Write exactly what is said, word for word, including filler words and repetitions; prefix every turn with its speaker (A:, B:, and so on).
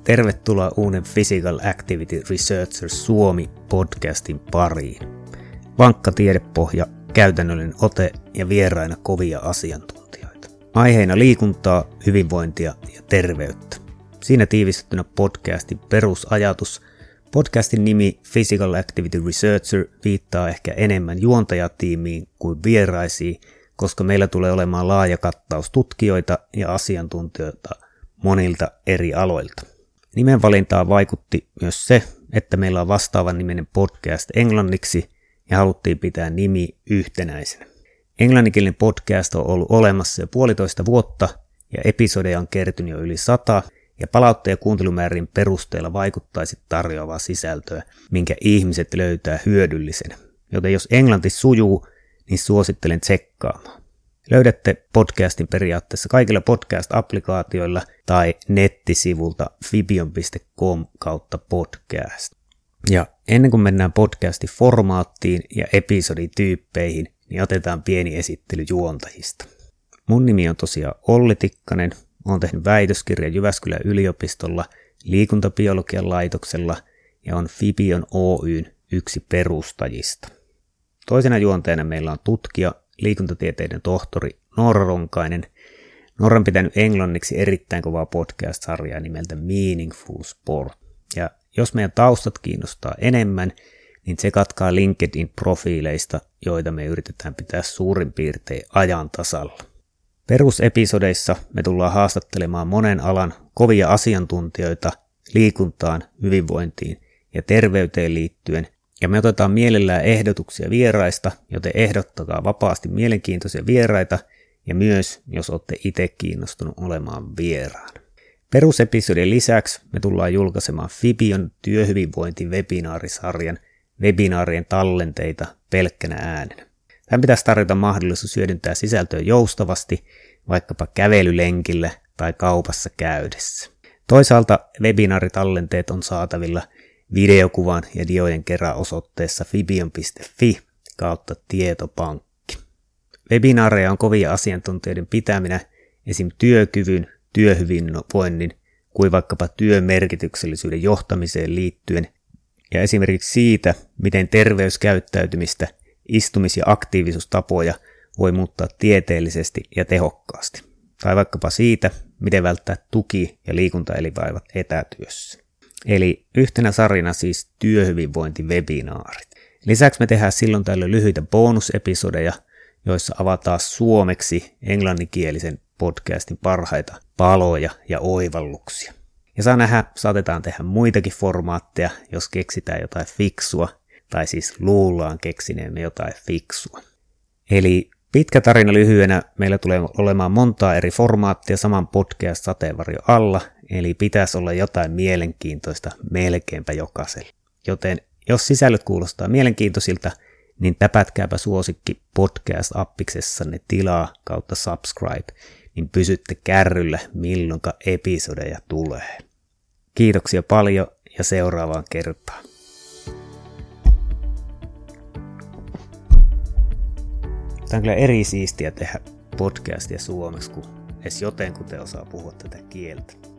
A: Tervetuloa uuden Physical Activity Researchers Suomi-podcastin pariin. Vankka tiedepohja, käytännöllinen ote ja vieraina kovia asiantuntijoita. Aiheina liikuntaa, hyvinvointia ja terveyttä. Siinä tiivistettynä podcastin perusajatus. Podcastin nimi Physical Activity Researcher viittaa ehkä enemmän juontajatiimiin kuin vieraisiin, koska meillä tulee olemaan laaja kattaus tutkijoita ja asiantuntijoita monilta eri aloilta. Nimenvalintaan vaikutti myös se, että meillä on vastaavan niminen podcast englanniksi ja haluttiin pitää nimi yhtenäisenä. Englanninkielinen podcast on ollut olemassa jo puolitoista vuotta ja episodeja on kertynyt jo yli sata ja palautteen ja kuuntelumäärien perusteella vaikuttaisi tarjoavaa sisältöä, minkä ihmiset löytää hyödyllisenä. Joten jos englanti sujuu, niin suosittelen tsekkaamaan. Löydätte podcastin periaatteessa kaikilla podcast-applikaatioilla tai nettisivulta fibion piste com kautta podcast. Ja ennen kuin mennään podcastin formaattiin ja episodityyppeihin, niin otetaan pieni esittely juontajista. Mun nimi on tosiaan Olli Tikkanen, olen tehnyt väitöskirjan Jyväskylän yliopistolla liikuntabiologian laitoksella ja on Fibion Oyn yksi perustajista. Toisena juontajana meillä on tutkija, liikuntatieteiden tohtori Noora Ronkainen. Noora on pitänyt englanniksi erittäin kovaa podcast-sarjaa nimeltä Meaningful Sport. Ja jos meidän taustat kiinnostaa enemmän, niin tsekatkaa LinkedIn-profiileista, joita me yritetään pitää suurin piirtein ajan tasalla. Perusepisodeissa me tullaan haastattelemaan monen alan kovia asiantuntijoita liikuntaan, hyvinvointiin ja terveyteen liittyen, ja me otetaan mielellään ehdotuksia vieraista, joten ehdottakaa vapaasti mielenkiintoisia vieraita, ja myös jos olette itse kiinnostunut olemaan vieraan. Perusepisodien lisäksi me tullaan julkaisemaan Fibion työhyvinvointi-webinaarisarjan webinaarien tallenteita pelkkänä äänenä. Tämän pitäisi tarjota mahdollisuus hyödyntää sisältöä joustavasti, vaikkapa kävelylenkillä tai kaupassa käydessä. Toisaalta webinaaritallenteet on saatavilla videokuvan ja dioiden kerran osoitteessa fibion piste fi kautta tietopankki. Webinaareja on kovia asiantuntijoiden pitäminä esim. Työkyvyn, työhyvinvoinnin kuin vaikkapa työn merkityksellisyyden johtamiseen liittyen ja esimerkiksi siitä, miten terveyskäyttäytymistä, istumis- ja aktiivisuustapoja voi muuttaa tieteellisesti ja tehokkaasti. Tai vaikkapa siitä, miten välttää tuki- ja liikuntaelivaivat etätyössä. Eli yhtenä sarjana siis työhyvinvointi-webinaarit. Lisäksi me tehdään silloin tällöin lyhyitä bonusepisodeja, joissa avataan suomeksi englanninkielisen podcastin parhaita paloja ja oivalluksia. Ja saa nähdä, saatetaan tehdä muitakin formaatteja, jos keksitään jotain fiksua, tai siis luullaan keksineemme jotain fiksua. Eli pitkä tarina lyhyenä, meillä tulee olemaan montaa eri formaattia saman podcast-sateenvarjon alla, eli pitäisi olla jotain mielenkiintoista melkeinpä jokaiselle. Joten jos sisällöt kuulostaa mielenkiintoisilta, niin täpätkääpä suosikki podcast-appiksessanne tilaa kautta subscribe, niin pysytte kärryllä milloinka episodeja tulee. Kiitoksia paljon ja seuraavaan kertaan. Tämä on kyllä eri siistiä tehdä podcastia suomeksi, kun edes jotenkuten osaa puhua tätä kieltä.